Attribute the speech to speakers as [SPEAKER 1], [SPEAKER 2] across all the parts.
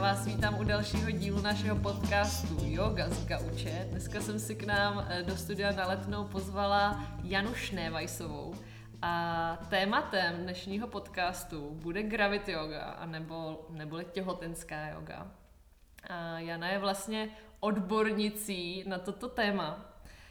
[SPEAKER 1] vás vítám u dalšího dílu našeho podcastu Yoga z Gauče. Dneska jsem si k nám do studia na Letnou pozvala Janu Šnévajsovou. A tématem dnešního podcastu bude gravity yoga, neboli těhotenská yoga. A Jana je vlastně odbornicí na toto téma.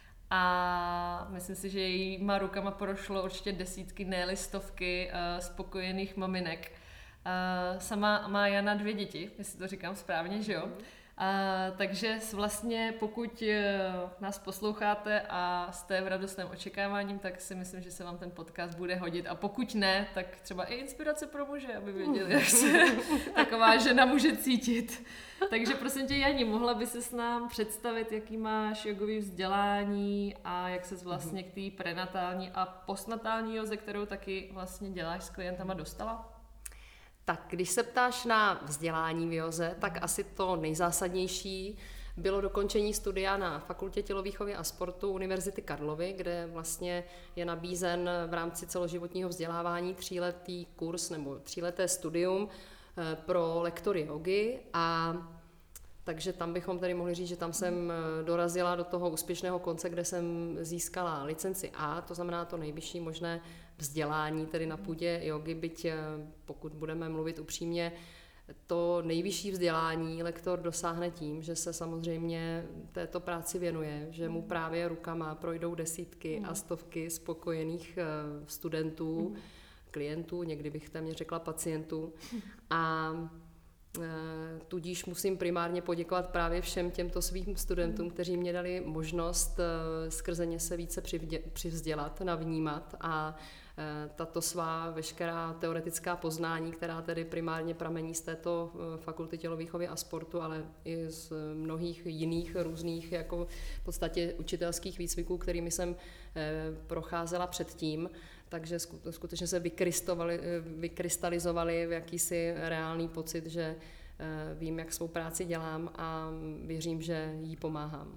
[SPEAKER 1] A myslím si, že jejíma rukama prošlo určitě desítky, ne-li stovky spokojených maminek. Sama má Jana 2 děti, jestli to říkám správně, že jo? Takže vlastně pokud nás posloucháte a jste v radostném očekáváním, tak si myslím, že se vám ten podcast bude hodit. A pokud ne, tak třeba i inspirace pro muže, aby věděli, jak se taková žena může cítit. Takže prosím tě, Jani, mohla by ses nám představit, jaký máš jogový vzdělání a jak ses vlastně k té prenatální a postnatální józe, kterou taky vlastně děláš s klientama, dostala?
[SPEAKER 2] Tak, když se ptáš na vzdělání v józe, tak asi to nejzásadnější bylo dokončení studia na Fakultě tělovýchovy a sportu Univerzity Karlovy, kde vlastně je nabízen v rámci celoživotního vzdělávání 3letý kurz nebo 3leté studium pro lektory jógy. A takže tam bychom tady mohli říct, že tam jsem dorazila do toho úspěšného konce, kde jsem získala licenci A, to znamená to nejvyšší možné vzdělání, tedy na půdě jógy, byť pokud budeme mluvit upřímně, to nejvyšší vzdělání lektor dosáhne tím, že se samozřejmě této práci věnuje, že mu právě rukama projdou desítky a stovky spokojených studentů, klientů, někdy bych téměř řekla pacientů. A tudíž musím primárně poděkovat právě všem těmto svým studentům, kteří mě dali možnost skrze ně se více přivzdělat, navnímat a tato svá veškerá teoretická poznání, která tedy primárně pramení z této Fakulty tělovýchovy a sportu, ale i z mnohých jiných různých jako v podstatě učitelských výcviků, kterými jsem procházela předtím, takže skutečně se vykrystalizovali v jakýsi reálný pocit, že vím, jak svou práci dělám a věřím, že jí pomáhám.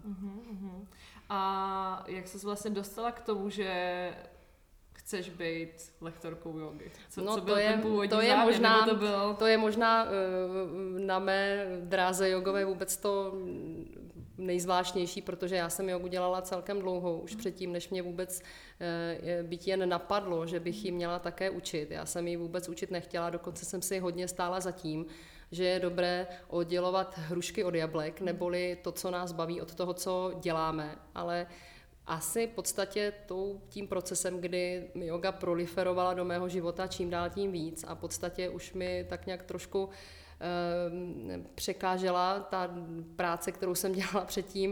[SPEAKER 1] A jak ses vlastně dostala k tomu, že chceš být lektorkou jógy? Co byl ten původní záměr?
[SPEAKER 2] To je možná na mé dráze jogové vůbec to nejzvláštnější, protože já jsem jogu dělala celkem dlouho, už předtím, než mě vůbec byť jen napadlo, že bych ji měla také učit. Já jsem ji vůbec učit nechtěla, dokonce jsem si hodně stála za tím, že je dobré oddělovat hrušky od jablek, neboli to, co nás baví, od toho, co děláme, ale asi v podstatě tím procesem, kdy yoga proliferovala do mého života čím dál tím víc a v podstatě už mi tak nějak trošku překážela ta práce, kterou jsem dělala předtím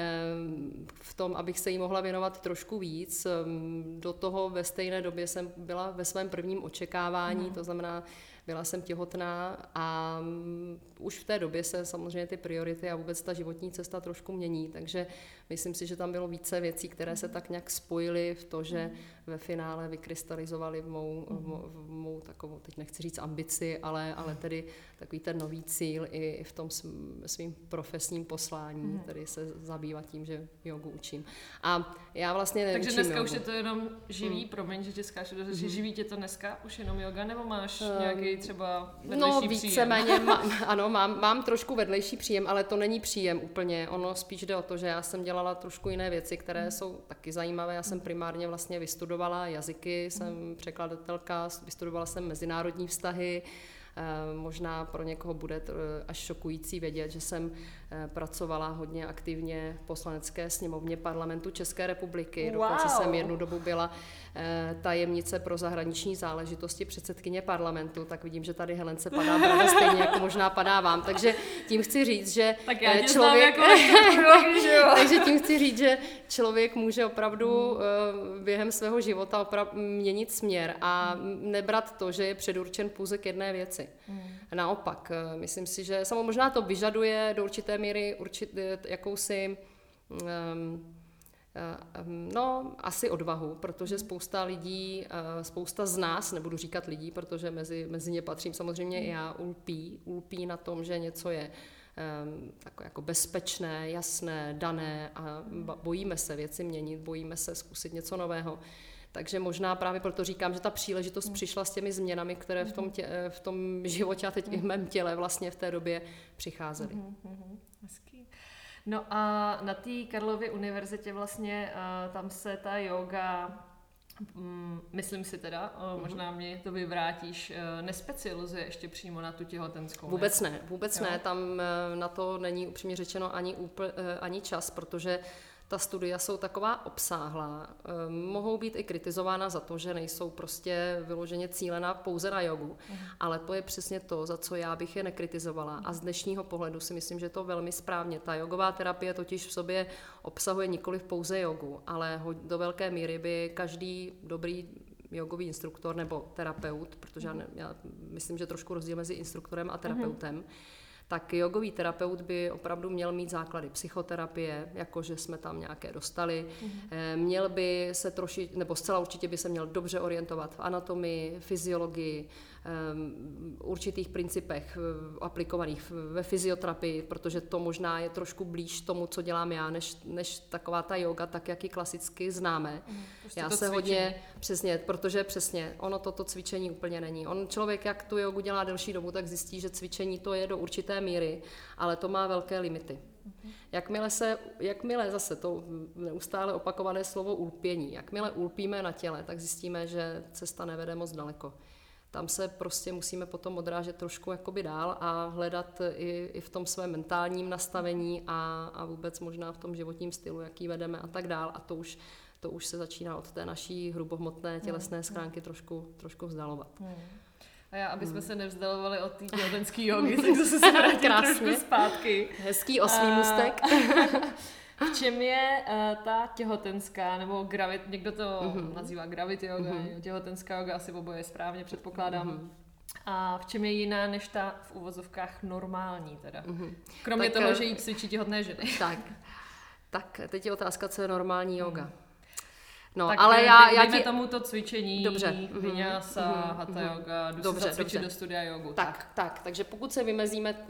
[SPEAKER 2] v tom, abych se jí mohla věnovat trošku víc. Do toho ve stejné době jsem byla ve svém prvním očekávání, to znamená, byla jsem těhotná a už v té době se samozřejmě ty priority a vůbec ta životní cesta trošku mění, takže myslím si, že tam bylo více věcí, které se tak nějak spojily v to, že ve finále vykrystalizovaly v mou takovou, teď nechci říct ambici, ale tedy takový ten nový cíl i v tom svým profesním poslání, tedy se zabývat tím, že jogu učím. A já vlastně neučím
[SPEAKER 1] Takže dneska
[SPEAKER 2] jogu.
[SPEAKER 1] už je to jenom živý, promiň, že tě skáču, že živí tě to dneska už jenom yoga, nebo máš nějaký třeba vedlejší příjem?
[SPEAKER 2] Víceméně, ano, mám trošku vedlejší příjem, ale to není příjem úplně. Ono spíš jde o to, že já jsem dělala trošku jiné věci, které jsou taky zajímavé. Já jsem primárně vlastně vystudovala jazyky, jsem překladatelka, vystudovala jsem mezinárodní vztahy. Možná pro někoho bude až šokující vědět, že jsem pracovala hodně aktivně v Poslanecké sněmovně Parlamentu České republiky.
[SPEAKER 1] Wow.
[SPEAKER 2] Dokonce jsem jednu dobu byla tajemnice pro zahraniční záležitosti předsedkyně parlamentu, tak vidím, že tady Helence padá brada stejně, jako možná padá vám. Takže tím chci říct, že
[SPEAKER 1] tak já
[SPEAKER 2] člověk... Takže tím chci říct, že člověk může opravdu během svého života měnit směr a nebrat to, že je předurčen pouze k jedné věci. Naopak, myslím si, že možná to vyžaduje do určité míry jakousi asi odvahu, protože spousta lidí, spousta z nás, nebudu říkat lidí, protože mezi ně patřím samozřejmě i já, ulpí na tom, že něco je takové jako bezpečné, jasné, dané a bojíme se věci měnit, bojíme se zkusit něco nového. Takže možná právě proto říkám, že ta příležitost přišla s těmi změnami, které v tom životě a teď i v mém těle vlastně v té době přicházely.
[SPEAKER 1] Hezký. No a na té Karlově univerzitě vlastně tam se ta yoga, myslím si teda, možná mě to vyvrátíš, nespecializuje ještě přímo na tu těhotenskou.
[SPEAKER 2] Vůbec ne, tam na to není upřímně řečeno ani čas, protože ta studia jsou taková obsáhlá, mohou být i kritizována za to, že nejsou prostě vyloženě cílená pouze na jogu, ale to je přesně to, za co já bych je nekritizovala a z dnešního pohledu si myslím, že to velmi správně. Ta jogová terapie totiž v sobě obsahuje nikoliv pouze jogu, ale do velké míry by každý dobrý jogový instruktor nebo terapeut, protože já myslím, že trošku rozdíl mezi instruktorem a terapeutem, tak jogový terapeut by opravdu měl mít základy psychoterapie, jakože jsme tam nějaké dostali. Měl by se nebo zcela určitě by se měl dobře orientovat v anatomii, fyziologii, určitých principech aplikovaných ve fyzioterapii, protože to možná je trošku blíž tomu, co dělám já, než taková ta yoga, tak jak ji klasicky známe. Já se hodně, protože ono toto cvičení úplně není. Člověk, jak tu jogu dělá delší dobu, tak zjistí, že cvičení to je do určité míry, ale to má velké limity. Jakmile zase to neustále opakované slovo ulpění, jakmile ulpíme na těle, tak zjistíme, že cesta nevede moc daleko. Tam se prostě musíme potom odrážet trošku jakoby dál a hledat i v tom svém mentálním nastavení a vůbec možná v tom životním stylu, jaký vedeme a tak dál. A to už se začíná od té naší hrubohmotné tělesné schránky trošku vzdalovat.
[SPEAKER 1] A já, aby jsme se nevzdalovali od té těhotenské jogy, tak zase se vrátím trošku zpátky.
[SPEAKER 2] Hezký oslý můstek.
[SPEAKER 1] V čem je ta těhotenská, nebo někdo to nazývá gravity yoga, těhotenská yoga, asi oboje správně předpokládám. A v čem je jiná než ta v uvozovkách normální teda? Kromě toho, že jí cvičí těhotné ženy.
[SPEAKER 2] Tak, teď je otázka, co je normální yoga. No,
[SPEAKER 1] tak
[SPEAKER 2] ale
[SPEAKER 1] dejme tomu to cvičení, vinyasa, hatha yoga, jdu se zacvičit do studia jogu.
[SPEAKER 2] Takže pokud se vymezíme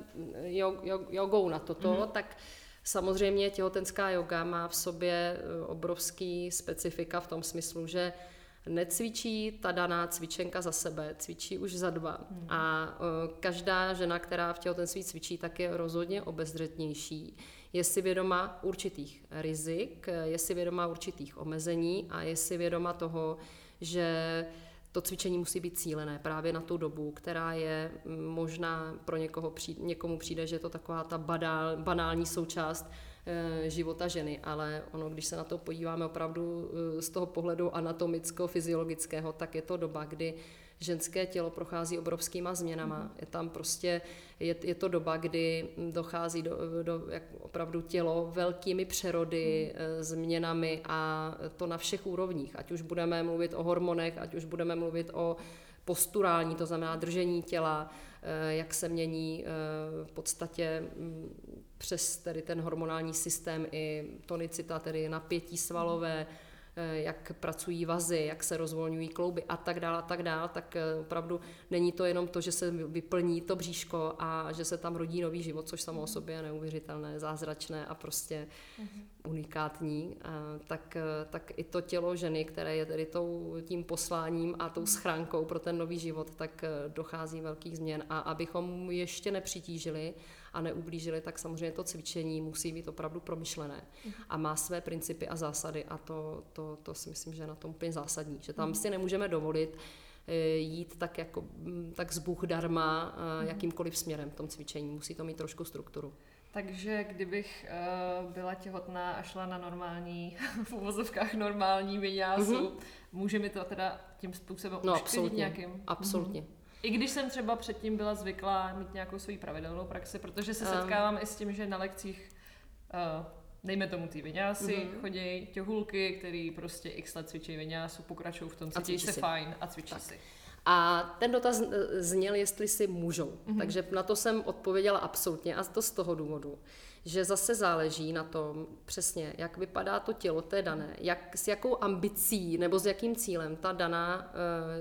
[SPEAKER 2] jogou na toto, tak samozřejmě těhotenská yoga má v sobě obrovský specifika v tom smyslu, že necvičí ta daná cvičenka za sebe, cvičí už za dva. A každá žena, která v těhotenství cvičí, tak je rozhodně obezřetnější. Je si vědoma určitých rizik, je si vědoma určitých omezení a je si vědoma toho, že to cvičení musí být cílené právě na tu dobu, která je možná pro někomu přijde, že je to taková ta banální součást života ženy, ale když se na to podíváme opravdu z toho pohledu anatomicko-fyziologického, tak je to doba, kdy ženské tělo prochází obrovskýma změnama. Je tam prostě, je to doba, kdy dochází do opravdu tělo velkými přerody, změnami a to na všech úrovních. Ať už budeme mluvit o hormonech, ať už budeme mluvit o posturální, to znamená držení těla, jak se mění v podstatě přes tedy ten hormonální systém i tonicita, tedy napětí svalové, jak pracují vazy, jak se rozvolňují klouby a tak dále, tak opravdu není to jenom to, že se vyplní to bříško a že se tam rodí nový život, což samo o sobě je neuvěřitelné, zázračné a prostě unikátní, tak i to tělo ženy, které je tedy tím posláním a tou schránkou pro ten nový život, tak dochází velkých změn a abychom mu ještě nepřitížili a neublížili, tak samozřejmě to cvičení musí být opravdu promyšlené a má své principy a zásady a to si myslím, že je na tom úplně zásadní, že tam si nemůžeme dovolit jít tak zbůh darma jakýmkoliv směrem v tom cvičení, musí to mít trošku strukturu.
[SPEAKER 1] Takže kdybych byla těhotná a šla na normální, v uvozovkách normální vinyásu, může mi to teda tím způsobem uškodit nějakým?
[SPEAKER 2] Absolutně.
[SPEAKER 1] I když jsem třeba předtím byla zvyklá mít nějakou svoji pravidelnou praxi, protože se setkávám i s tím, že na lekcích, dejme tomu ty vinyásy, chodí těhulky, který prostě x let cvičí vinyásu, pokračují v tom, cvičí se fajn a cvičí si.
[SPEAKER 2] A ten dotaz zněl, jestli si můžou. Takže na to jsem odpověděla absolutně a to z toho důvodu, že zase záleží na tom přesně, jak vypadá to tělo té dané, s jakou ambicí nebo s jakým cílem ta daná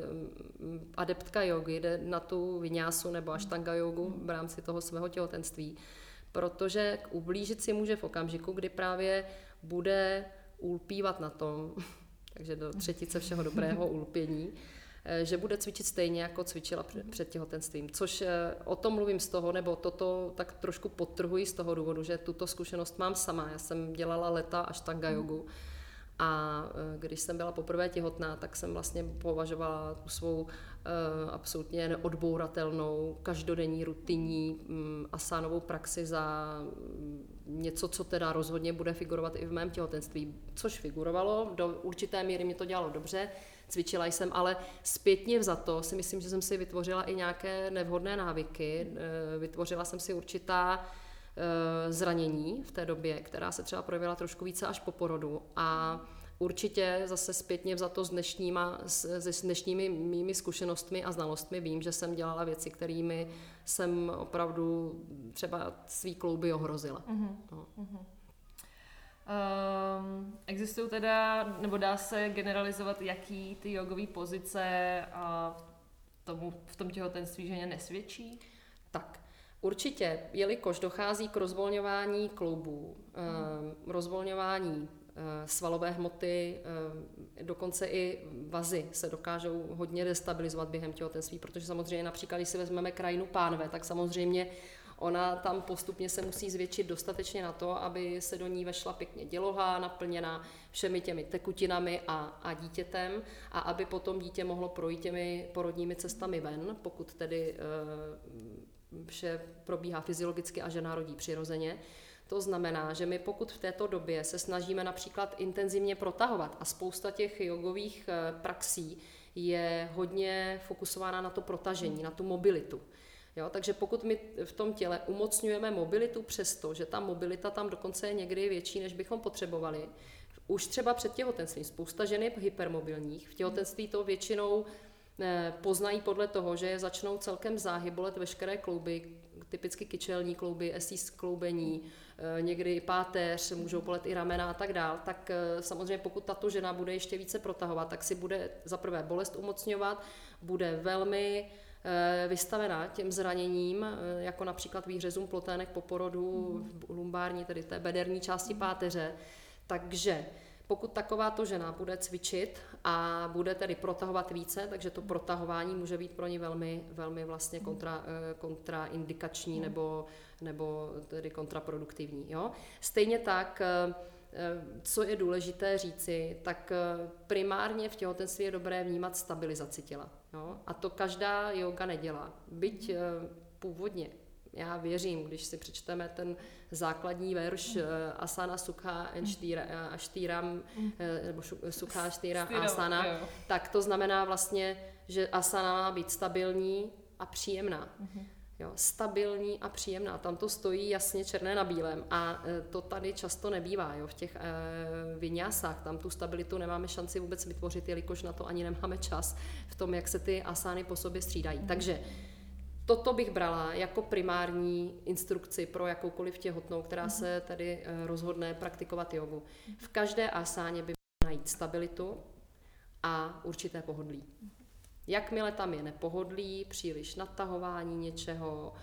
[SPEAKER 2] adeptka jogy jde na tu vinyásu nebo ashtanga jogu v rámci toho svého těhotenství. Protože ublížit si může v okamžiku, kdy právě bude ulpívat na tom, takže do třetice všeho dobrého ulpění, že bude cvičit stejně, jako cvičila před těhotenstvím. Což o tom mluvím z toho, nebo toto tak trošku podtrhuji z toho důvodu, že tuto zkušenost mám sama. Já jsem dělala leta ashtanga jogu a když jsem byla poprvé těhotná, tak jsem vlastně považovala tu svou absolutně neodbouratelnou, každodenní, rutinní asánovou praxi za něco, co teda rozhodně bude figurovat i v mém těhotenství. Což figurovalo, do určité míry mi to dělalo dobře, cvičila jsem, ale zpětně vzato si myslím, že jsem si vytvořila i nějaké nevhodné návyky, vytvořila jsem si určitá zranění v té době, která se třeba projevila trošku více až po porodu a určitě zase zpětně vzato s dnešními mými zkušenostmi a znalostmi vím, že jsem dělala věci, kterými jsem opravdu třeba svý klouby ohrozila. No.
[SPEAKER 1] Existují teda, nebo dá se generalizovat, jaký ty jogové pozice v tom těhotenství ženě nesvědčí?
[SPEAKER 2] Tak, určitě, jelikož dochází k rozvolňování kloubů, rozvolňování svalové hmoty, dokonce i vazy se dokážou hodně destabilizovat během těhotenství, protože samozřejmě například, když si vezmeme krajinu pánve, tak samozřejmě ona tam postupně se musí zvětšit dostatečně na to, aby se do ní vešla pěkně děloha, naplněná všemi těmi tekutinami a dítětem a aby potom dítě mohlo projít těmi porodními cestami ven, pokud tedy vše probíhá fyziologicky a žena rodí přirozeně. To znamená, že my pokud v této době se snažíme například intenzivně protahovat a spousta těch jogových praxí je hodně fokusována na to protažení, na tu mobilitu. Jo, takže pokud my v tom těle umocňujeme mobilitu přesto, že ta mobilita tam dokonce je někdy větší, než bychom potřebovali, už třeba před těhotenstvím, spousta žen je hypermobilních, v těhotenství to většinou poznají podle toho, že začnou celkem záhy bolet veškeré klouby, typicky kyčelní klouby, esís kloubení, někdy i páteř, můžou bolet i ramena a tak dál, tak samozřejmě pokud tato žena bude ještě více protahovat, tak si bude za prvé bolest umocňovat, bude velmi vystavená těm zraněním, jako například výřezům plotének po porodu, lumbární, tedy té bederní části páteře. Takže pokud takováto žena bude cvičit a bude tedy protahovat více, takže to protahování může být pro ní velmi, velmi vlastně kontraindikační nebo tedy kontraproduktivní. Jo? Stejně tak, co je důležité říci, tak primárně v těhotenství je dobré vnímat stabilizaci těla. Jo? A to každá yoga nedělá. Byť původně, já věřím, když si přečteme ten základní verš Asana Sukha Ashtiram, nebo Sukha Ashtira Asana, tak to znamená vlastně, že asana má být stabilní a příjemná. Jo, stabilní a příjemná. Tam to stojí jasně černé na bílém a to tady často nebývá. Jo. V těch vinyásách tam tu stabilitu nemáme šanci vůbec vytvořit, jelikož na to ani nemáme čas v tom, jak se ty asány po sobě střídají. Takže toto bych brala jako primární instrukci pro jakoukoliv těhotnou, která se tady rozhodne praktikovat jogu. V každé asáně by měla najít stabilitu a určité pohodlí. Jakmile tam je nepohodlí, příliš natahování něčeho,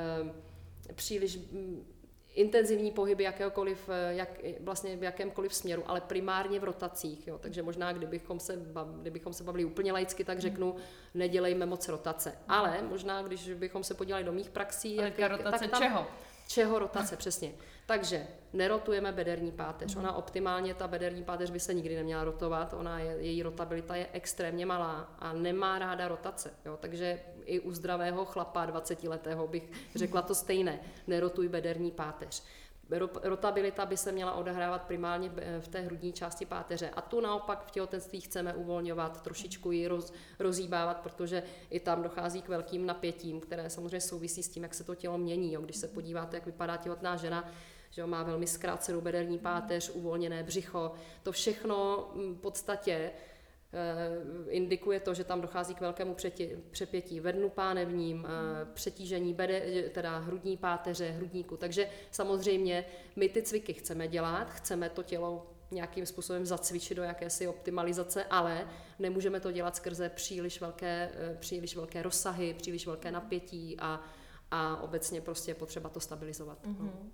[SPEAKER 2] příliš intenzivní pohyby vlastně v jakémkoliv směru, ale primárně v rotacích. Jo. Takže možná, kdybychom se bavili úplně laicky, tak řeknu, nedělejme moc rotace. Ale možná, když bychom se podívali do mých praxí...
[SPEAKER 1] rotace čeho?
[SPEAKER 2] Čeho rotace, přesně. Takže nerotujeme bederní páteř. Ona optimálně, ta bederní páteř by se nikdy neměla rotovat, její rotabilita je extrémně malá a nemá ráda rotace. Jo? Takže i u zdravého chlapa 20letého bych řekla to stejné. Nerotuj bederní páteř. Rotabilita by se měla odehrávat primárně v té hrudní části páteře a tu naopak v těhotenství chceme uvolňovat, trošičku ji rozhýbávat, protože i tam dochází k velkým napětím, které samozřejmě souvisí s tím, jak se to tělo mění. Jo. Když se podíváte, jak vypadá těhotná žena, že má velmi zkrácenou bederní páteř, uvolněné břicho, to všechno v podstatě indikuje to, že tam dochází k velkému přepětí ve dnu pánevním, přetížení teda hrudní páteře, hrudníku. Takže samozřejmě my ty cviky chceme dělat, chceme to tělo nějakým způsobem zacvičit do jakési optimalizace, ale nemůžeme to dělat skrze příliš velké rozsahy, příliš velké napětí a obecně prostě je potřeba to stabilizovat.
[SPEAKER 1] Mm-hmm.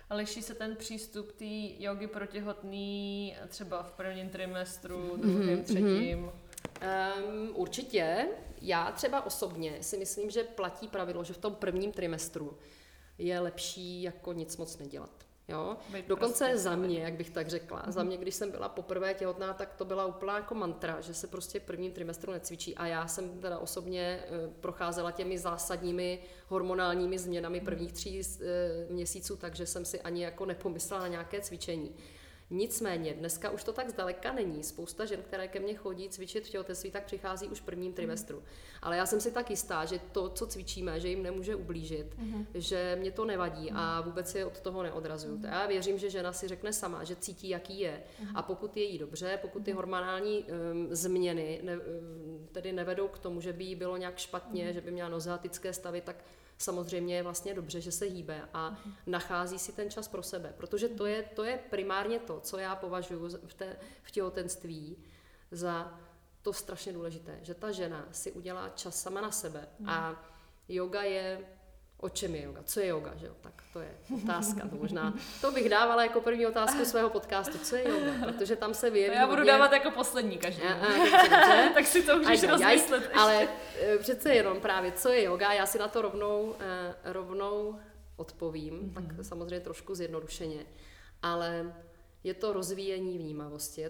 [SPEAKER 1] A liší se ten přístup té jogy pro těhotný třeba v prvním trimestru, druhém, třetím?
[SPEAKER 2] Určitě. Já třeba osobně si myslím, že platí pravidlo, že v tom prvním trimestru je lepší jako nic moc nedělat. Jo? Dokonce prostě za mě, jak bych tak řekla. Za mě, když jsem byla poprvé těhotná, tak to byla úplná jako mantra, že se prostě v prvním trimestru necvičí. A já jsem teda osobně procházela těmi zásadními hormonálními změnami prvních 3 měsíců, takže jsem si ani jako nepomyslela na nějaké cvičení. Nicméně, dneska už to tak zdaleka není. Spousta žen, které ke mně chodí cvičit v těhotenství, tak přichází už v prvním trimestru. Ale já jsem si tak jistá, že to, co cvičíme, že jim nemůže ublížit, že mě to nevadí a vůbec je od toho neodrazuju. Já věřím, že žena si řekne sama, že cítí, jaký je. A pokud je jí dobře, pokud ty hormonální změny tedy nevedou k tomu, že by jí bylo nějak špatně, že by měla nozoatické stavy, tak samozřejmě je vlastně dobře, že se hýbe a nachází si ten čas pro sebe, protože to je primárně to, co já považuji v těhotenství za to strašně důležité, že ta žena si udělá čas sama na sebe a yoga je, o čem je yoga? Co je yoga? Že jo? Tak to je otázka, to bych dávala jako první otázku svého podcastu, co je yoga, protože tam se vyjeví.
[SPEAKER 1] Já budu dávat jako poslední každý. Tak si to můžeš rozmyslet.
[SPEAKER 2] Ale přece jenom právě, co je yoga, já si na to rovnou odpovím, tak samozřejmě trošku zjednodušeně, ale je to rozvíjení vnímavosti,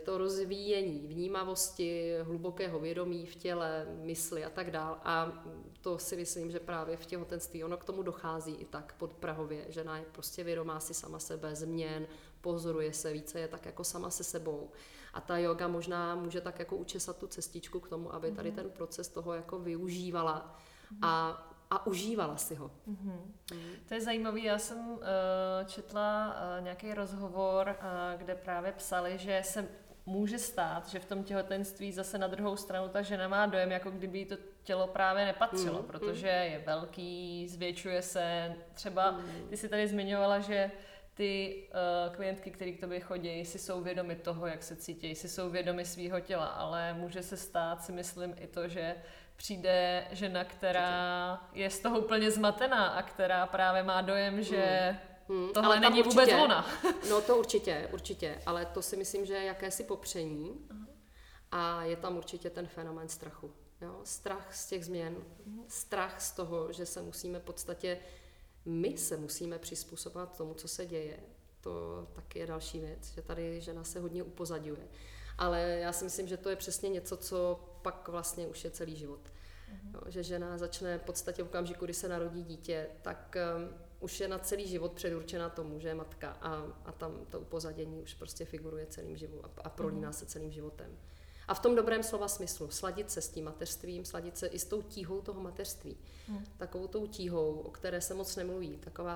[SPEAKER 2] hlubokého vědomí v těle, mysli a tak dál. A to si myslím, že právě v těhotenství ono k tomu dochází i tak podprahově. Žena je prostě vědomá si sama sebe, změn, pozoruje se více, je tak jako sama se sebou. A ta yoga možná může tak jako učesat tu cestičku k tomu, aby tady ten proces toho jako využívala a užívala si ho.
[SPEAKER 1] To je zajímavé. Já jsem četla nějaký rozhovor, kde právě psali, že se může stát, že v tom těhotenství zase na druhou stranu ta žena má dojem, jako kdyby jí to tělo právě nepatřilo, protože je velký, zvětšuje se. Třeba ty si tady zmiňovala, že ty klientky, které k tobě chodí, si jsou vědomi toho, jak se cítí, si jsou vědomi svého těla, ale může se stát, si myslím, i to, že přijde žena, která je z toho úplně zmatená a která právě má dojem, že tohle není vůbec ona.
[SPEAKER 2] No to určitě, ale to si myslím, že je jakési popření a je tam určitě ten fenomén strachu. Jo? Strach z těch změn, strach z toho, že se musíme my se musíme přizpůsobovat tomu, co se děje. To taky je další věc, že tady žena se hodně upozaďuje. Ale já si myslím, že to je přesně něco, co pak vlastně už je celý život. Jo, že žena začne v podstatě v okamžiku, kdy se narodí dítě, tak už je na celý život předurčena tomu, že je matka a tam to upozadění už prostě figuruje celým životem a prolíná se celým životem. A v tom dobrém slova smyslu, sladit se s tím mateřstvím, sladit se i s tou tíhou toho mateřství. Takovou tou tíhou, o které se moc nemluví.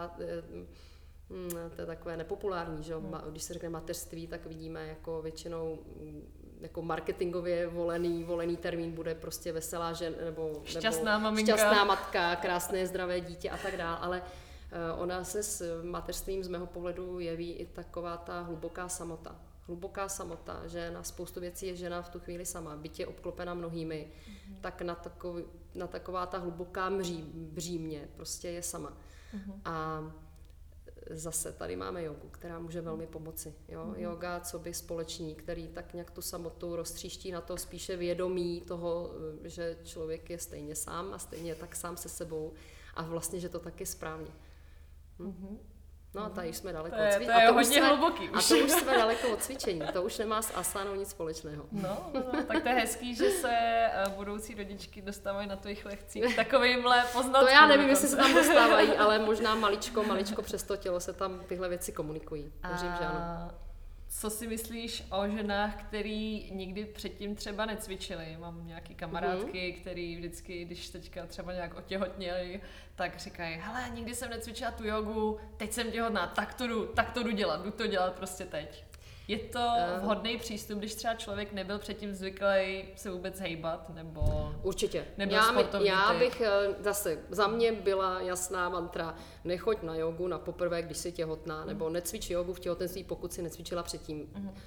[SPEAKER 2] To je takové nepopulární, že? Když se řekne mateřství, tak vidíme jako většinou jako marketingově volený termín bude prostě veselá žena nebo šťastná matka, krásné zdravé dítě a tak dále, ale ona se s mateřstvím z mého pohledu jeví i taková ta hluboká samota, že na spoustu věcí je žena v tu chvíli sama, byť je obklopena mnohými, tak na taková ta hluboká břímě prostě je sama. A zase tady máme jogu, která může velmi pomoci. Jo? Yoga coby společník, který tak nějak tu samotu roztříští na to spíše vědomí toho, že člověk je stejně sám a stejně tak sám se sebou a vlastně, že to tak je správně. No a tady jsme daleko od cvičení.
[SPEAKER 1] To je hodně hluboký.
[SPEAKER 2] A to už jsme daleko od cvičení. To už nemá s asanou nic společného.
[SPEAKER 1] No, tak to je hezký, že se budoucí rodičky dostávají na tvých lekcích takovýmhle poznatkům.
[SPEAKER 2] To já nevím, jestli se tam dostávají, ale možná maličko přes to tělo se tam tyhle věci komunikují. Věřím, že ano.
[SPEAKER 1] Co si myslíš o ženách, který nikdy předtím třeba necvičili? Mám nějaký kamarádky, který vždycky, když teďka třeba nějak otěhotněli, tak říkají, hele, nikdy jsem necvičila tu jogu, teď jsem těhotná, tak to jdu dělat prostě teď. Je to vhodný přístup, když třeba člověk nebyl předtím zvyklý se vůbec hejbat, nebo
[SPEAKER 2] určitě.
[SPEAKER 1] Nebyl sportovní
[SPEAKER 2] já bych zase, za mě byla jasná mantra, nechoď na jogu na poprvé, když jsi těhotná, nebo necvič jogu v těhotenství, pokud si necvičila předtím.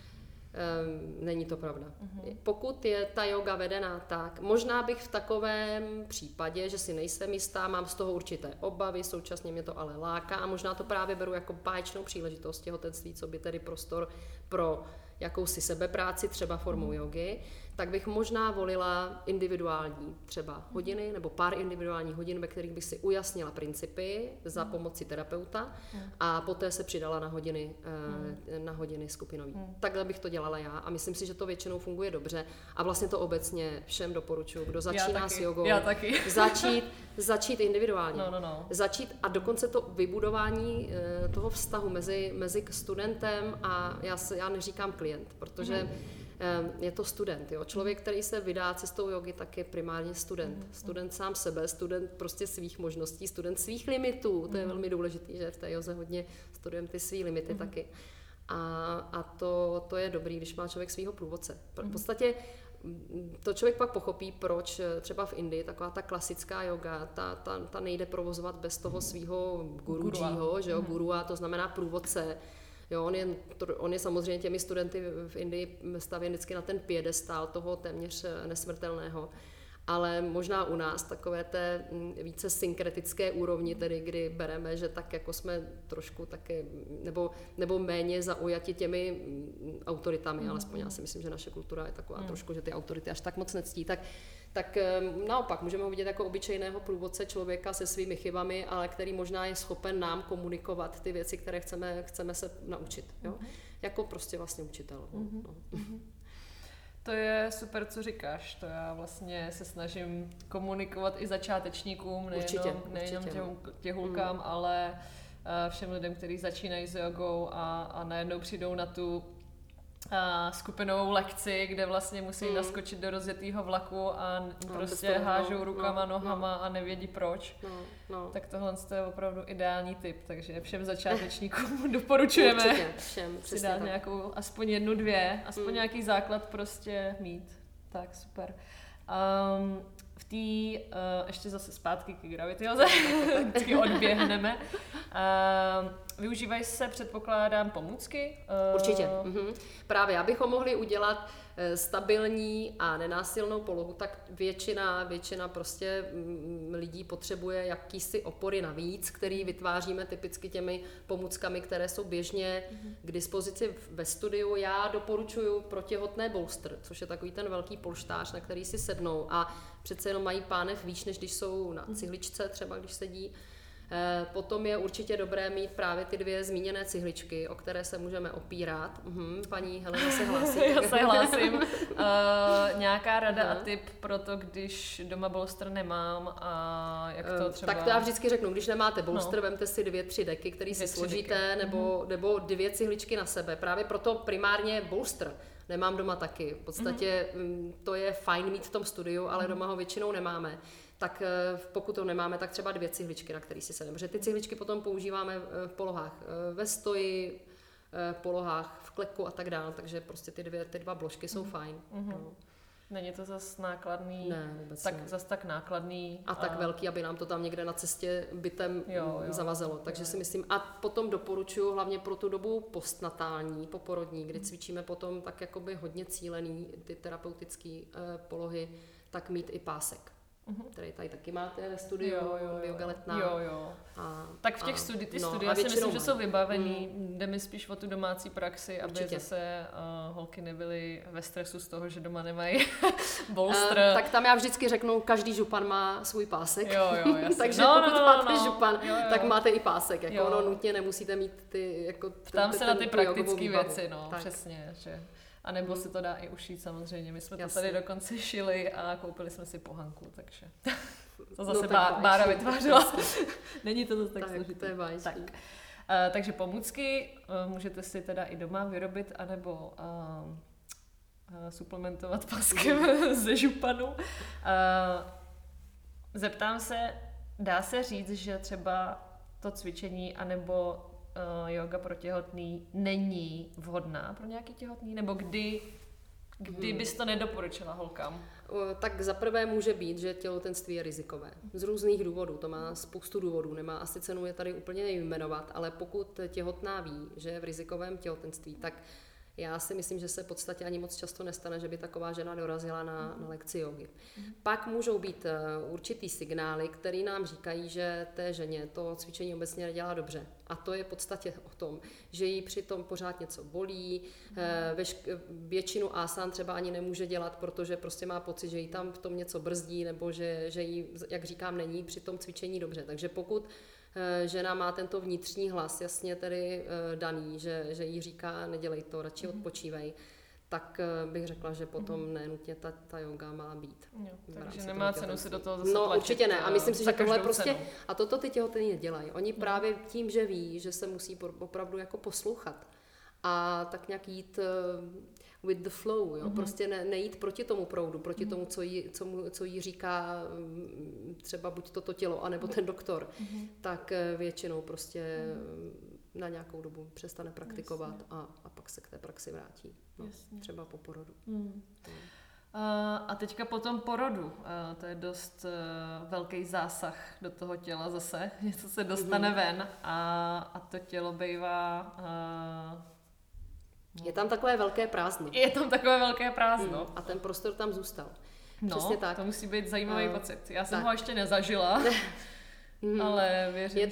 [SPEAKER 2] Není to pravda. Pokud je ta yoga vedená tak, možná bych v takovém případě, že si nejsem jistá, mám z toho určité obavy, současně mě to ale láká a možná to právě beru jako báječnou příležitost těhotenství, co by tedy prostor pro jakousi sebepráci, třeba formou jogy, tak bych možná volila individuální třeba hodiny nebo pár individuálních hodin, ve kterých bych si ujasnila principy za pomoci terapeuta a poté se přidala na hodiny skupinový. Takhle bych to dělala já a myslím si, že to většinou funguje dobře a vlastně to obecně všem doporučuji, kdo začíná s jogou, začít individuálně. Začít a dokonce to vybudování toho vztahu mezi studentem a já neříkám klient, protože je to student. Jo? Člověk, který se vydá cestou jogy, tak je primárně student. Student sám sebe, student prostě svých možností, student svých limitů. To je velmi důležité, že v té joze hodně studujeme ty svý limity taky. A to je dobrý, když má člověk svýho průvodce. V podstatě to člověk pak pochopí, proč třeba v Indii taková ta klasická yoga, ta nejde provozovat bez toho svýho gurujího, že jo, gurua, to znamená průvodce. Jo, on je samozřejmě těmi studenty v Indii stavěn vždycky na ten piedestál toho téměř nesmrtelného, ale možná u nás takové té více synkretické úrovni, tedy kdy bereme, že tak jako jsme trošku také, nebo méně zaujati těmi autoritami, alespoň já si myslím, že naše kultura je taková trošku, že ty autority až tak moc nectí, tak naopak můžeme ho vidět jako obyčejného průvodce člověka se svými chybami, ale který možná je schopen nám komunikovat ty věci, které chceme se naučit. Jo? Jako prostě vlastně učitel.
[SPEAKER 1] To je super, co říkáš. To já vlastně se snažím komunikovat i začátečníkům, nejenom těhulkám, ale všem lidem, kteří začínají s jogou a najednou přijdou na tu skupinovou lekci, kde vlastně musí naskočit do rozjetého vlaku a prostě hážou rukama, nohama a nevědí proč. Tak tohle je opravdu ideální tip, takže všem začátečníkům doporučujeme si dát nějakou, aspoň 1, 2, aspoň nějaký základ prostě mít. Tak super. V té, ještě zase zpátky k gravity joze, vždycky odběhneme. Využívají se, předpokládám, pomůcky?
[SPEAKER 2] Určitě. Právě, abychom mohli udělat stabilní a nenásilnou polohu, tak většina prostě lidí potřebuje jakýsi opory navíc, který vytváříme typicky těmi pomůckami, které jsou běžně k dispozici ve studiu. Já doporučuji pro těhotné bolster, což je takový ten velký polštář, na který si sednou a přece jenom mají pánev výš, než když jsou na cihličce, třeba když sedí. Potom je určitě dobré mít právě ty 2 zmíněné cihličky, o které se můžeme opírat. Paní Helena se hlásí.
[SPEAKER 1] Já se hlásím. Nějaká rada a tip pro to, když doma bolster nemám a jak to třeba...
[SPEAKER 2] Tak to já vždycky řeknu, když nemáte bolster, vemte si 2, 3 deky, které si složíte, nebo 2 cihličky na sebe. Právě proto primárně bolster nemám doma taky. V podstatě to je fajn mít v tom studiu, ale doma ho většinou nemáme. Tak pokud to nemáme, tak třeba 2 cihličky, na který si sedeme. Protože ty cihličky potom používáme v polohách ve stoji, polohách v kleku a tak dále, takže prostě ty 2 bložky jsou fajn.
[SPEAKER 1] Není to zas nákladný,
[SPEAKER 2] ne, vůbec ne.
[SPEAKER 1] Zas tak nákladný.
[SPEAKER 2] A tak velký, aby nám to tam někde na cestě bytem zavazelo. Takže si myslím, a potom doporučuji hlavně pro tu dobu postnatální, poporodní, kdy cvičíme potom tak jakoby hodně cílený ty terapeutické polohy, tak mít i pásek. Který tady taky máte ve studiu, Yoga Letná.
[SPEAKER 1] Tak v těch studiích já si myslím, že jsou vybavený, jde mi spíš o tu domácí praxi, aby zase holky nebyly ve stresu z toho, že doma nemají bolster.
[SPEAKER 2] Tak tam já vždycky řeknu, každý župan má svůj pásek. Takže pokud máte župan, tak máte i pásek. Jako nutně nemusíte mít ty jako
[SPEAKER 1] tam se na ty praktické věci, přesně, že. A nebo se to dá i ušít samozřejmě. My jsme to tady dokonce šili a koupili jsme si pohanku, takže to zase Bára vytvářela. Není to zase tak složité.
[SPEAKER 2] To je báječný.
[SPEAKER 1] Takže pomůcky můžete si teda i doma vyrobit, anebo suplementovat páskem ze županu. Zeptám se, dá se říct, že třeba to cvičení anebo yoga pro těhotný není vhodná pro nějaký těhotný? Nebo kdy bys to nedoporučila holkám?
[SPEAKER 2] Tak zaprvé může být, že těhotenství je rizikové. Z různých důvodů, to má spoustu důvodů, nemá asi cenu je tady úplně nejmenovat, ale pokud těhotná ví, že je v rizikovém těhotenství, tak Já si myslím, že se v podstatě ani moc často nestane, že by taková žena dorazila na lekci jogy. Pak můžou být určitý signály, které nám říkají, že té ženě to cvičení obecně nedělá dobře. A to je v podstatě o tom, že jí přitom pořád něco bolí, většinu asán třeba ani nemůže dělat, protože prostě má pocit, že jí tam v tom něco brzdí, nebo že jí, jak říkám, není při tom cvičení dobře. Takže pokud žena má tento vnitřní hlas jasně tedy daný, že jí říká, nedělej to, radši odpočívej, tak bych řekla, že potom nenutně ta yoga má být.
[SPEAKER 1] Jo, takže nemá cenu si do toho zase
[SPEAKER 2] tlačit. Určitě ne. A myslím si, že tohle prostě,
[SPEAKER 1] cenu.
[SPEAKER 2] a toto ty těhotný nedělají. Oni právě tím, že ví, že se musí opravdu jako poslouchat a tak nějak jít with the flow, jo? Prostě nejít proti tomu proudu, proti tomu, co jí říká třeba buď toto tělo, anebo ten doktor, tak většinou prostě na nějakou dobu přestane praktikovat a pak se k té praxi vrátí. No, třeba po porodu.
[SPEAKER 1] A teďka po tom porodu, to je dost velký zásah do toho těla zase, něco se dostane ven a to tělo bývá...
[SPEAKER 2] Je tam takové velké prázdno.
[SPEAKER 1] Je tam takové velké prázdno.
[SPEAKER 2] A ten prostor tam zůstal.
[SPEAKER 1] No,
[SPEAKER 2] přesně tak.
[SPEAKER 1] To musí být zajímavý pocit. Já jsem ho ještě nezažila, ale věřím,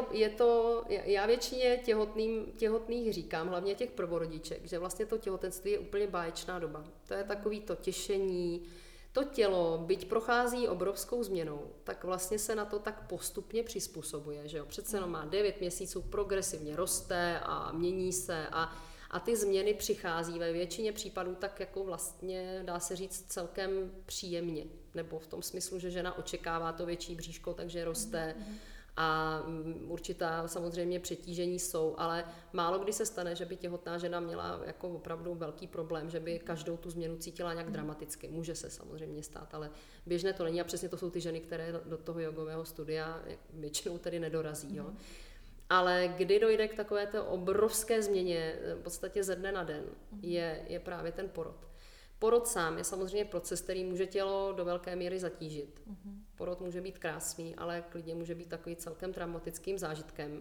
[SPEAKER 2] já většině těhotných říkám, hlavně těch prvorodiček, že vlastně to těhotenství je úplně báječná doba. To je takový to těšení, to tělo, byť prochází obrovskou změnou, tak vlastně se na to tak postupně přizpůsobuje, že jo. Přece jenom má 9 měsíců, progresivně roste a mění se a ty změny přichází ve většině případů tak jako vlastně, dá se říct, celkem příjemně. Nebo v tom smyslu, že žena očekává to větší bříško, takže roste a určitá samozřejmě přetížení jsou, ale málo kdy se stane, že by těhotná žena měla jako opravdu velký problém, že by každou tu změnu cítila nějak dramaticky. Může se samozřejmě stát, ale běžné to není a přesně to jsou ty ženy, které do toho jogového studia většinou tedy nedorazí. Jo. Ale kdy dojde k takovéto obrovské změně, v podstatě ze dne na den, je právě ten porod. Porod sám je samozřejmě proces, který může tělo do velké míry zatížit. Porod může být krásný, ale klidně může být takový celkem traumatickým zážitkem.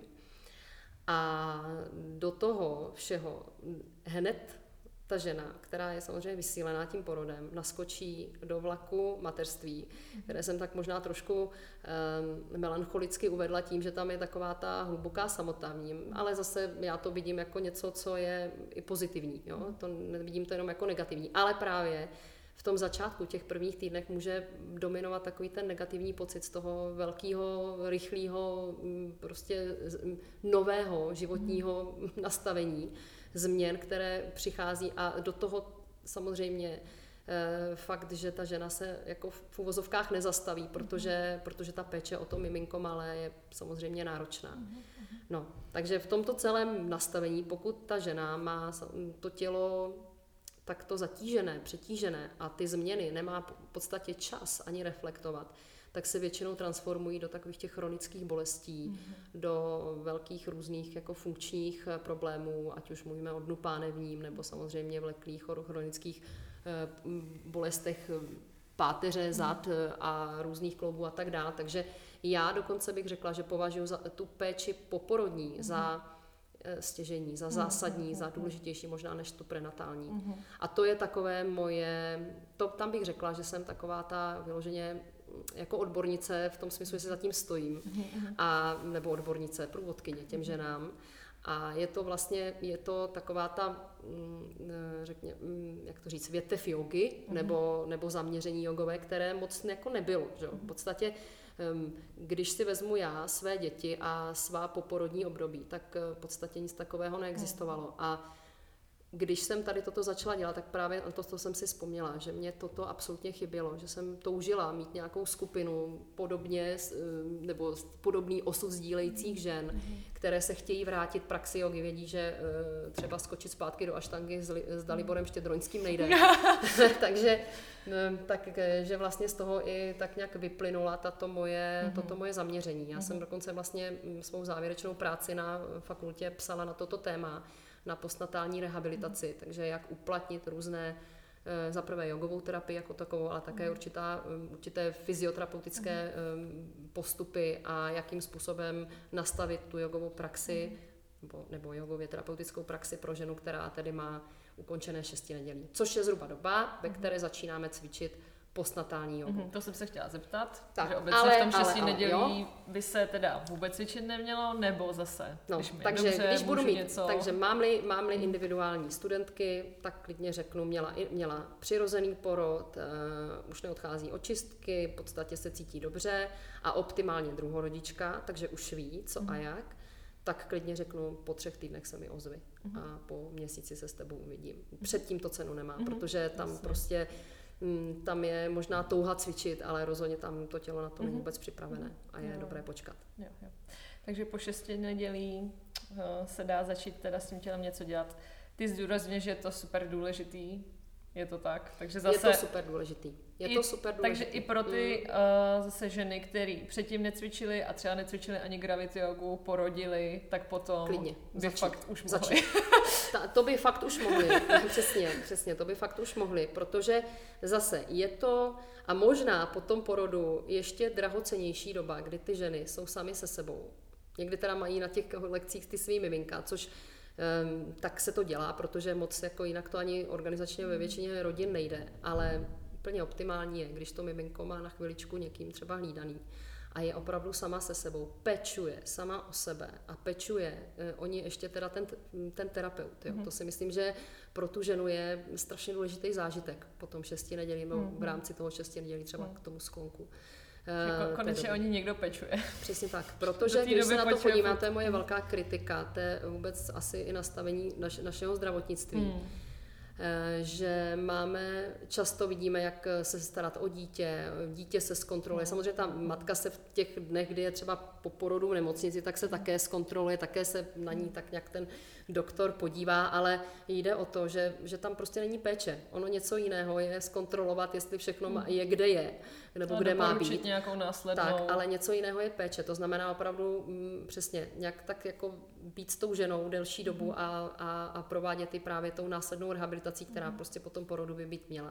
[SPEAKER 2] A do toho všeho hned ta žena, která je samozřejmě vysílená tím porodem, naskočí do vlaku mateřství, které jsem tak možná trošku melancholicky uvedla tím, že tam je taková ta hluboká samota v ním, ale zase já to vidím jako něco, co je i pozitivní, jo? To nevidím to jenom jako negativní, ale právě v tom začátku, těch prvních týdnech může dominovat takový ten negativní pocit z toho velkého, rychlého, prostě nového životního nastavení, změn, které přichází a do toho samozřejmě fakt, že ta žena se jako v uvozovkách nezastaví, protože ta péče o to miminko malé je samozřejmě náročná. No, takže v tomto celém nastavení, pokud ta žena má to tělo takto zatížené, přetížené a ty změny nemá v podstatě čas ani reflektovat, tak se většinou transformují do takových těch chronických bolestí, do velkých různých jako funkčních problémů, ať už mluvíme o dnu pánevním, nebo samozřejmě vleklých chronických bolestech páteře, zad a různých kloubů a tak dále. Takže já dokonce bych řekla, že považuji za tu péči poporodní za stěžení, za zásadní, za důležitější možná než tu prenatální. A to je takové moje, tam bych řekla, že jsem taková ta vyloženě jako odbornice v tom smyslu, že se za tím stojím, nebo odbornice, průvodkyně těm ženám. A je to taková ta, jak to říct, větev jogy, nebo zaměření jogové, které moc jako nebylo. Že? V podstatě, když si vezmu já své děti a svá poporodní období, tak v podstatě nic takového neexistovalo. A když jsem tady toto začala dělat, tak právě to jsem si vzpomněla, že mě toto absolutně chybělo, že jsem toužila mít nějakou skupinu nebo podobný osud sdílejících žen, které se chtějí vrátit praxi jogy, vědí, že třeba skočit zpátky do aštangy s Daliborem Štědroňským nejde. Takže vlastně z toho i tak nějak vyplynula toto moje zaměření. Já jsem dokonce vlastně svou závěrečnou práci na fakultě psala na toto téma, na postnatální rehabilitaci, takže jak uplatnit různé, za prvé jogovou terapii jako takovou, ale také určité fyzioterapeutické postupy a jakým způsobem nastavit tu jogovou praxi nebo jogově terapeutickou praxi pro ženu, která tedy má ukončené 6 nedělí, což je zhruba doba, ve které začínáme cvičit postnatální jogu.
[SPEAKER 1] To jsem se chtěla zeptat,
[SPEAKER 2] Tak,
[SPEAKER 1] že obecně v tom 6 nedělí by se teda vůbec cvičit nemělo, nebo zase, když mi
[SPEAKER 2] takže
[SPEAKER 1] dobře,
[SPEAKER 2] když budu mít,
[SPEAKER 1] něco...
[SPEAKER 2] takže mám-li individuální studentky, tak klidně řeknu, měla přirozený porod, už neodchází očistky, v podstatě se cítí dobře a optimálně druhorodička, takže už ví, co a jak, tak klidně řeknu, po 3 týdnech se mi ozvi a po měsíci se s tebou uvidím. Předtím to cenu nemá, protože tam prostě tam je možná touha cvičit, ale rozhodně tam to tělo na to není vůbec připravené a je dobré počkat.
[SPEAKER 1] Jo. Takže po 6 nedělí se dá začít teda s tím tělem něco dělat. Ty zdůrazňuješ, že je to super důležitý, je to tak? Takže zase...
[SPEAKER 2] Je to super důležitý.
[SPEAKER 1] Takže i pro ty zase ženy, které předtím necvičily a třeba necvičily ani gravity jogu, porodily, tak potom
[SPEAKER 2] klidně,
[SPEAKER 1] by fakt už mohli.
[SPEAKER 2] To by fakt už mohli, přesně, to by fakt už mohli, protože zase je to, a možná po tom porodu ještě drahocennější doba, kdy ty ženy jsou sami se sebou. Někdy teda mají na těch lekcích ty svý miminka, což tak se to dělá, protože moc jako jinak to ani organizačně ve většině rodin nejde, ale úplně optimální je, když to miminko má na chviličku někým třeba hlídaný a je opravdu sama se sebou, pečuje sama o sebe a pečuje o ní ještě teda ten terapeut. Jo. To si myslím, že pro tu ženu je strašně důležitý zážitek po tom 6 nedělí, v rámci toho 6 nedělí třeba k tomu sklonku.
[SPEAKER 1] Konečně o ní někdo pečuje.
[SPEAKER 2] Přesně tak, protože když se na to podívá, to je moje velká kritika, to je vůbec asi i nastavení našeho zdravotnictví. Že často vidíme, jak se starat o dítě se zkontroluje. Samozřejmě ta matka se v těch dnech, kdy je třeba po porodu v nemocnici, tak se také zkontroluje, také se na ní tak nějak ten doktor podívá, ale jde o to, že tam prostě není péče. Ono něco jiného je zkontrolovat, jestli všechno je, kde je, nebo kde má být.
[SPEAKER 1] Nějakou následnou.
[SPEAKER 2] Tak, ale něco jiného je péče. To znamená opravdu přesně nějak tak jako být s tou ženou delší dobu a provádět i právě tou následnou rehabilitací, která prostě po tom porodu by být měla.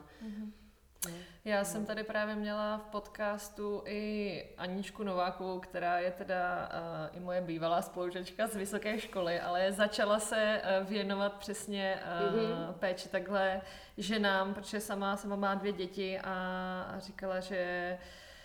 [SPEAKER 1] Já jsem tady právě měla v podcastu i Aničku Novákovou, která je teda i moje bývalá spolužačka z vysoké školy, ale začala se věnovat přesně péči takhle ženám, protože sama má 2 děti a říkala, že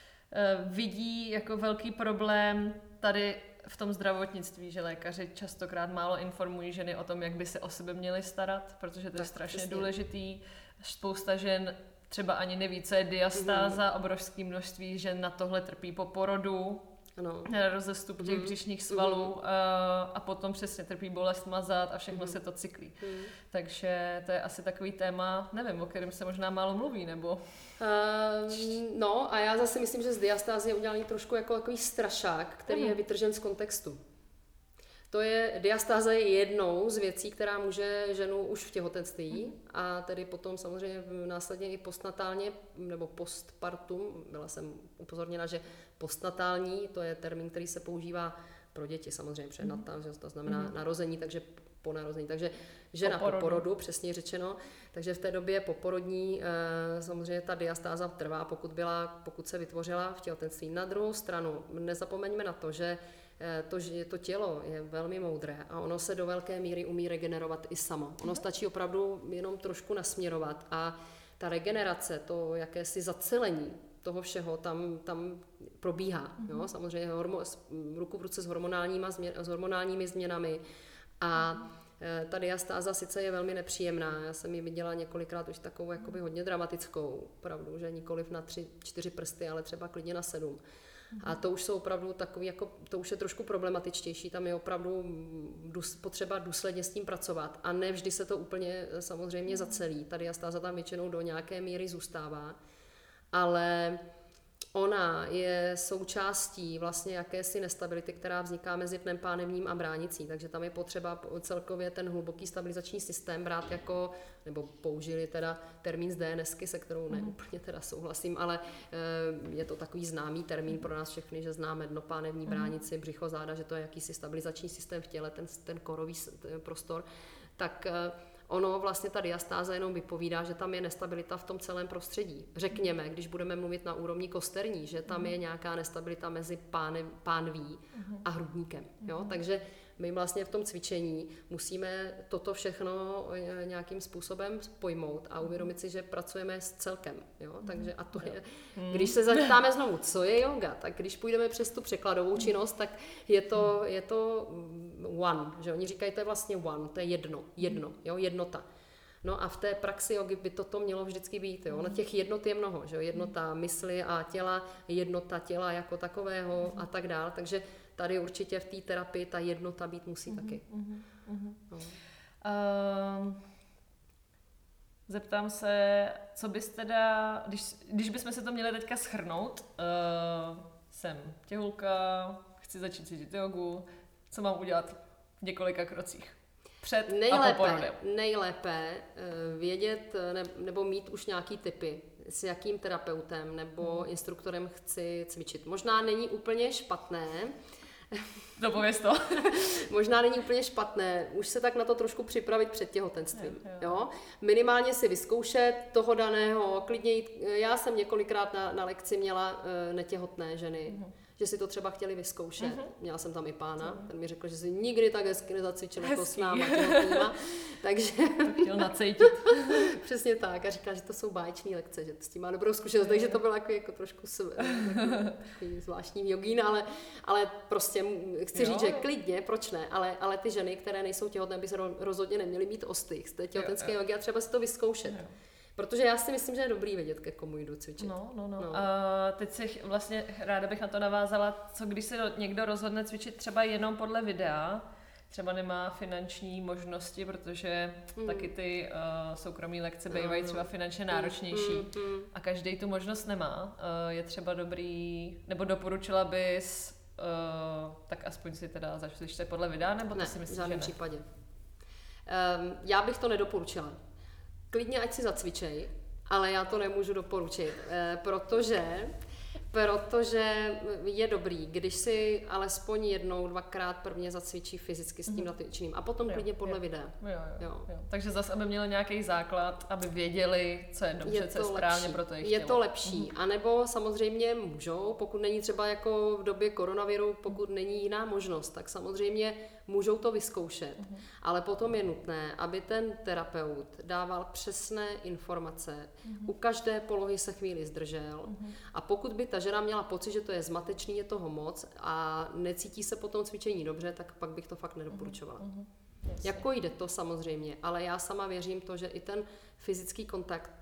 [SPEAKER 1] vidí jako velký problém tady v tom zdravotnictví, že lékaři častokrát málo informují ženy o tom, jak by se o sebe měly starat, protože to je strašně důležitý. Spousta žen třeba ani neví, co je diastáza, obrovské množství žen na tohle trpí po porodu, rozestup těch břišních svalů a potom přesně trpí bolest mazat a všechno se to cyklí. Takže to je asi takový téma, nevím, o kterém se možná málo mluví, nebo...
[SPEAKER 2] No a já zase myslím, že z diastázy je udělaný trošku jako takový strašák, který je vytržen z kontextu. Diastáza je jednou z věcí, která může ženu už v těhotenství a tedy potom samozřejmě následně i postnatálně nebo postpartum. Byla jsem upozorněna, že postnatální, to je termín, který se používá pro děti samozřejmě, že to znamená narození, takže po narození. Takže žena po porodu, přesně řečeno. Takže v té době poporodní samozřejmě ta diastáza trvá, pokud se vytvořila v těhotenství. Na druhou stranu nezapomeňme na to, že to tělo je velmi moudré a ono se do velké míry umí regenerovat i samo. Ono stačí opravdu jenom trošku nasměrovat a ta regenerace, to jakési zacelení toho všeho tam probíhá. Jo? Samozřejmě ruku v ruce s hormonálními změnami a ta diastáza sice je velmi nepříjemná, já jsem ji viděla několikrát už takovou jakoby hodně dramatickou, opravdu, že nikoliv na 3-4 prsty, ale třeba klidně na 7. A to už jsou opravdu takový, jako, to už je trošku problematičtější, tam je opravdu potřeba důsledně s tím pracovat a ne vždy se to úplně samozřejmě zacelí. Ta diastáza tam většinou do nějaké míry zůstává, ale ona je součástí vlastně jakési nestability, která vzniká mezi tnem pánevním a bránicí, takže tam je potřeba celkově ten hluboký stabilizační systém brát jako, nebo použili teda termín z DNSky, se kterou neúplně teda souhlasím, ale je to takový známý termín pro nás všechny, že známe dno pánevní bránici, břicho, záda, že to je jakýsi stabilizační systém v těle, ten korový prostor, tak ono vlastně ta diastáza jenom vypovídá, že tam je nestabilita v tom celém prostředí. Řekněme, když budeme mluvit na úrovni kosterní, že tam je nějaká nestabilita mezi pánví a hrudníkem. Jo? Takže my vlastně v tom cvičení musíme toto všechno nějakým způsobem pojmout a uvědomit si, že pracujeme s celkem. Jo? Takže a to je, když se zeptáme znovu, co je yoga, tak když půjdeme přes tu překladovou činnost, tak je to one, že oni říkají, to je vlastně one, to je jedno, jo? Jednota. No a v té praxi jogy by toto mělo vždycky být. Jo? Na těch jednot je mnoho. Že? Jednota mysli a těla, jednota těla jako takového a tak dál. Takže tady určitě v té terapii ta jednota být musí taky. No.
[SPEAKER 1] Zeptám se, co bys teda, když bychom se to měli teďka shrnout, jsem těhulka, chci začít cvičit jogu, co mám udělat v několika krocích? Před a po porodem.
[SPEAKER 2] Nejlépe vědět nebo mít už nějaký tipy, s jakým terapeutem nebo instruktorem chci cvičit. Možná není úplně špatné.
[SPEAKER 1] Dopověz to.
[SPEAKER 2] Možná není úplně špatné už se tak na to trošku připravit před těhotenstvím. Jo? Minimálně si vyzkoušet toho daného, klidně jít. Já jsem několikrát na lekci měla netěhotné ženy, že si to třeba chtěli vyzkoušet. Měla jsem tam i pána, ten mi řekl, že si nikdy tak hezky nezacvičil jako s náma těhotnýma. Takže...
[SPEAKER 1] chtěl nacejtit.
[SPEAKER 2] Přesně tak. A říká, že to jsou báječné lekce, že s tím má dobrou zkušenost, takže to bylo jako trošku takový zvláštní jogín, ale prostě chci říct, že klidně, proč ne, ale ty ženy, které nejsou těhotné, by se rozhodně neměly mít ostych z té těhotenské jogy a třeba si to vyzkoušet. Protože já si myslím, že je dobrý vědět, ke komu jdu cvičit.
[SPEAKER 1] No. Teď si vlastně ráda bych na to navázala, co když se někdo rozhodne cvičit třeba jenom podle videa, třeba nemá finanční možnosti, protože taky ty soukromé lekce bývají třeba finančně náročnější a každý tu možnost nemá. Je třeba dobrý, nebo doporučila bys, tak aspoň si teda začneš podle videa, nebo to si myslíš, že ne?
[SPEAKER 2] V žádném případě. Já bych to nedoporučila. Klidně ať si zacvičej, ale já to nemůžu doporučit, protože je dobrý, když si alespoň jednou, dvakrát prvně zacvičí fyzicky s tím natvičeným a potom klidně podle videa.
[SPEAKER 1] Jo. Takže zase, aby měli nějaký základ, aby věděli, co je dobře, co je správně pro to jejich tělo.
[SPEAKER 2] Je to lepší. A nebo samozřejmě můžou, pokud není třeba jako v době koronaviru, pokud není jiná možnost, tak samozřejmě můžou to vyzkoušet. Ale potom je nutné, aby ten terapeut dával přesné informace. U každé polohy se chvíli zdržel. A pokud by ta žena měla pocit, že to je zmatečný, je toho moc a necítí se po tom cvičení dobře, tak pak bych to fakt nedoporučovala. Jako jde to samozřejmě, ale já sama věřím to, že i ten fyzický kontakt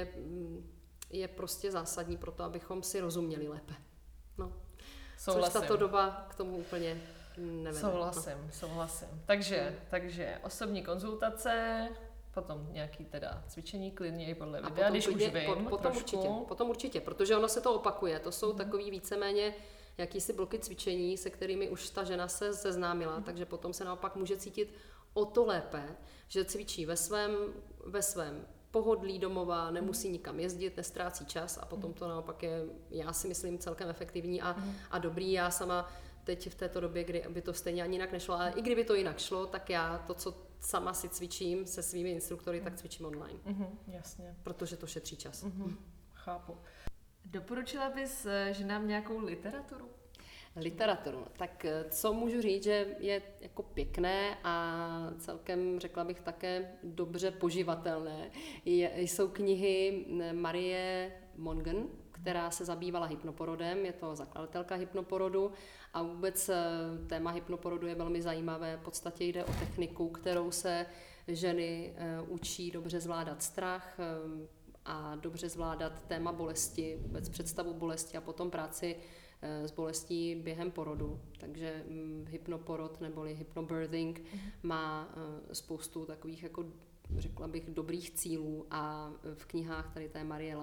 [SPEAKER 2] je prostě zásadní pro to, abychom si rozuměli lépe. No. Což tato doba k tomu úplně nevede.
[SPEAKER 1] Souhlasím. Takže osobní konzultace, potom nějaký teda cvičení, klidně i podle videa, když už vím
[SPEAKER 2] Potom určitě, protože ono se to opakuje. To jsou takový víceméně jakýsi bloky cvičení, se kterými už ta žena se seznámila, takže potom se naopak může cítit o to lépe, že cvičí ve svém pohodlí domova, nemusí nikam jezdit, nestrácí čas a potom to naopak je, já si myslím, celkem efektivní a dobrý. Já sama teď v této době, kdy by to stejně ani jinak nešlo, ale i kdyby to jinak šlo, tak já to, co sama si cvičím se svými instruktory, tak cvičím online.
[SPEAKER 1] Jasně.
[SPEAKER 2] Protože to šetří čas.
[SPEAKER 1] Chápu. Doporučila bys ženám nějakou literaturu?
[SPEAKER 2] Literaturu. Tak co můžu říct, že je jako pěkné a celkem, řekla bych, také dobře poživatelné. Jsou knihy Marie Mongan, která se zabývala hypnoporodem, je to zakladatelka hypnoporodu a vůbec téma hypnoporodu je velmi zajímavé. V podstatě jde o techniku, kterou se ženy učí dobře zvládat strach a dobře zvládat téma bolesti, vůbec představu bolesti a potom práci s bolestí během porodu. Takže hypnoporod neboli hypnobirthing má spoustu takových jako řekla bych dobrých cílů a v knihách tady té Marie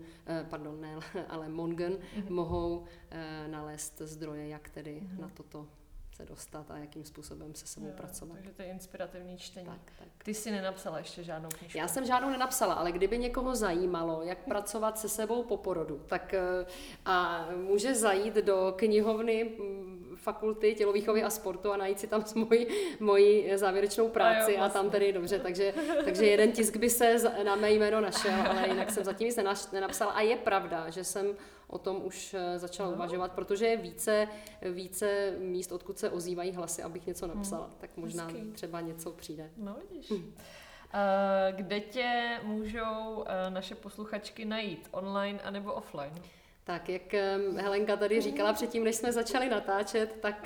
[SPEAKER 2] Mongan mohou nalézt zdroje, jak tedy na toto se dostat a jakým způsobem se sebou pracovat.
[SPEAKER 1] Takže to je inspirativní čtení.
[SPEAKER 2] Tak.
[SPEAKER 1] Ty jsi nenapsala ještě žádnou knižku?
[SPEAKER 2] Já jsem žádnou nenapsala, ale kdyby někoho zajímalo, jak pracovat se sebou po porodu, tak a může zajít do knihovny fakulty tělovýchovy a sportu a najít si tam moji závěrečnou práci a tam tedy dobře, takže jeden tisk by se na mé jméno našel, ale jinak jsem zatím nic nenapsala a je pravda, že jsem o tom už začala uvažovat, protože je více míst, odkud se ozývají hlasy, abych něco napsala, tak možná třeba něco přijde.
[SPEAKER 1] No vidíš. Kde tě můžou naše posluchačky najít? Online anebo offline?
[SPEAKER 2] Tak, jak Helenka tady říkala předtím, než jsme začali natáčet, tak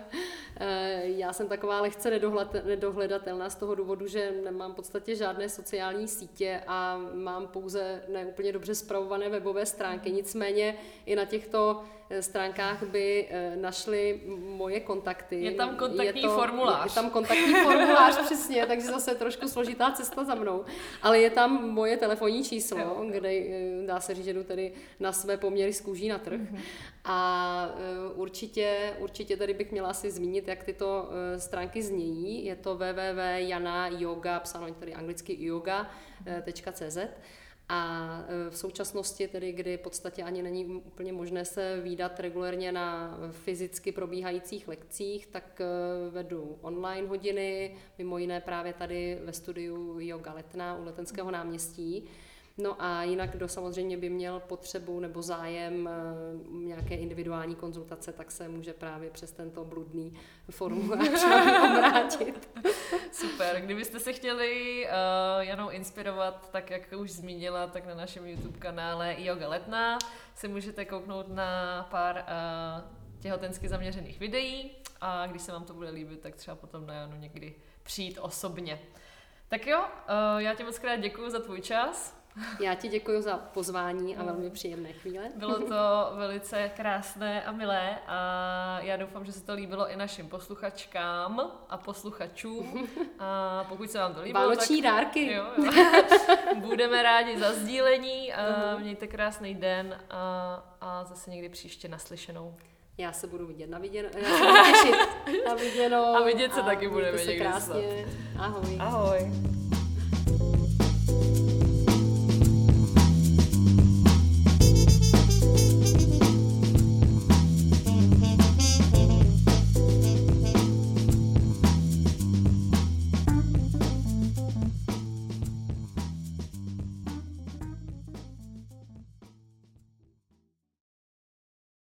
[SPEAKER 2] já jsem taková lehce nedohledatelná z toho důvodu, že nemám v podstatě žádné sociální sítě a mám pouze neúplně dobře spravované webové stránky. Nicméně i na těchto stránkách by našli moje kontakty.
[SPEAKER 1] Je tam kontaktní formulář.
[SPEAKER 2] Je tam kontaktní formulář, přesně, takže zase trošku složitá cesta za mnou. Ale je tam moje telefonní číslo, kde dá se říct, že jdu tedy na své poměry z kůží na trh. A určitě tady bych měla asi zmínit, jak tyto stránky znějí. Je to www.janayoga, psáno tady anglicky yoga.cz. A v současnosti, tedy, kdy v podstatě ani není úplně možné se vídat regulérně na fyzicky probíhajících lekcích, tak vedu online hodiny, mimo jiné právě tady ve studiu Yoga Letná u Letenského náměstí. No a jinak, kdo samozřejmě by měl potřebu nebo zájem nějaké individuální konzultace, tak se může právě přes tento bludný formulář obrátit.
[SPEAKER 1] Super. Kdybyste se chtěli Janou inspirovat, tak jak už zmínila, tak na našem YouTube kanále Yoga Letná se můžete kouknout na pár těhotensky zaměřených videí a když se vám to bude líbit, tak třeba potom na Janu někdy přijít osobně. Tak jo, já ti moc krát děkuju za tvůj čas.
[SPEAKER 2] Já ti děkuji za pozvání a velmi příjemné chvíle.
[SPEAKER 1] Bylo to velice krásné a milé a já doufám, že se to líbilo i našim posluchačkám a posluchačům. A pokud se vám to líbilo,
[SPEAKER 2] vánoční dárky.
[SPEAKER 1] Jo. Budeme rádi za sdílení. Mějte krásný den a zase někdy příště naslyšenou.
[SPEAKER 2] Já se budu vidět na viděnou.
[SPEAKER 1] A vidět se taky budeme někdy.
[SPEAKER 2] Krásně. Ahoj.
[SPEAKER 1] Ahoj.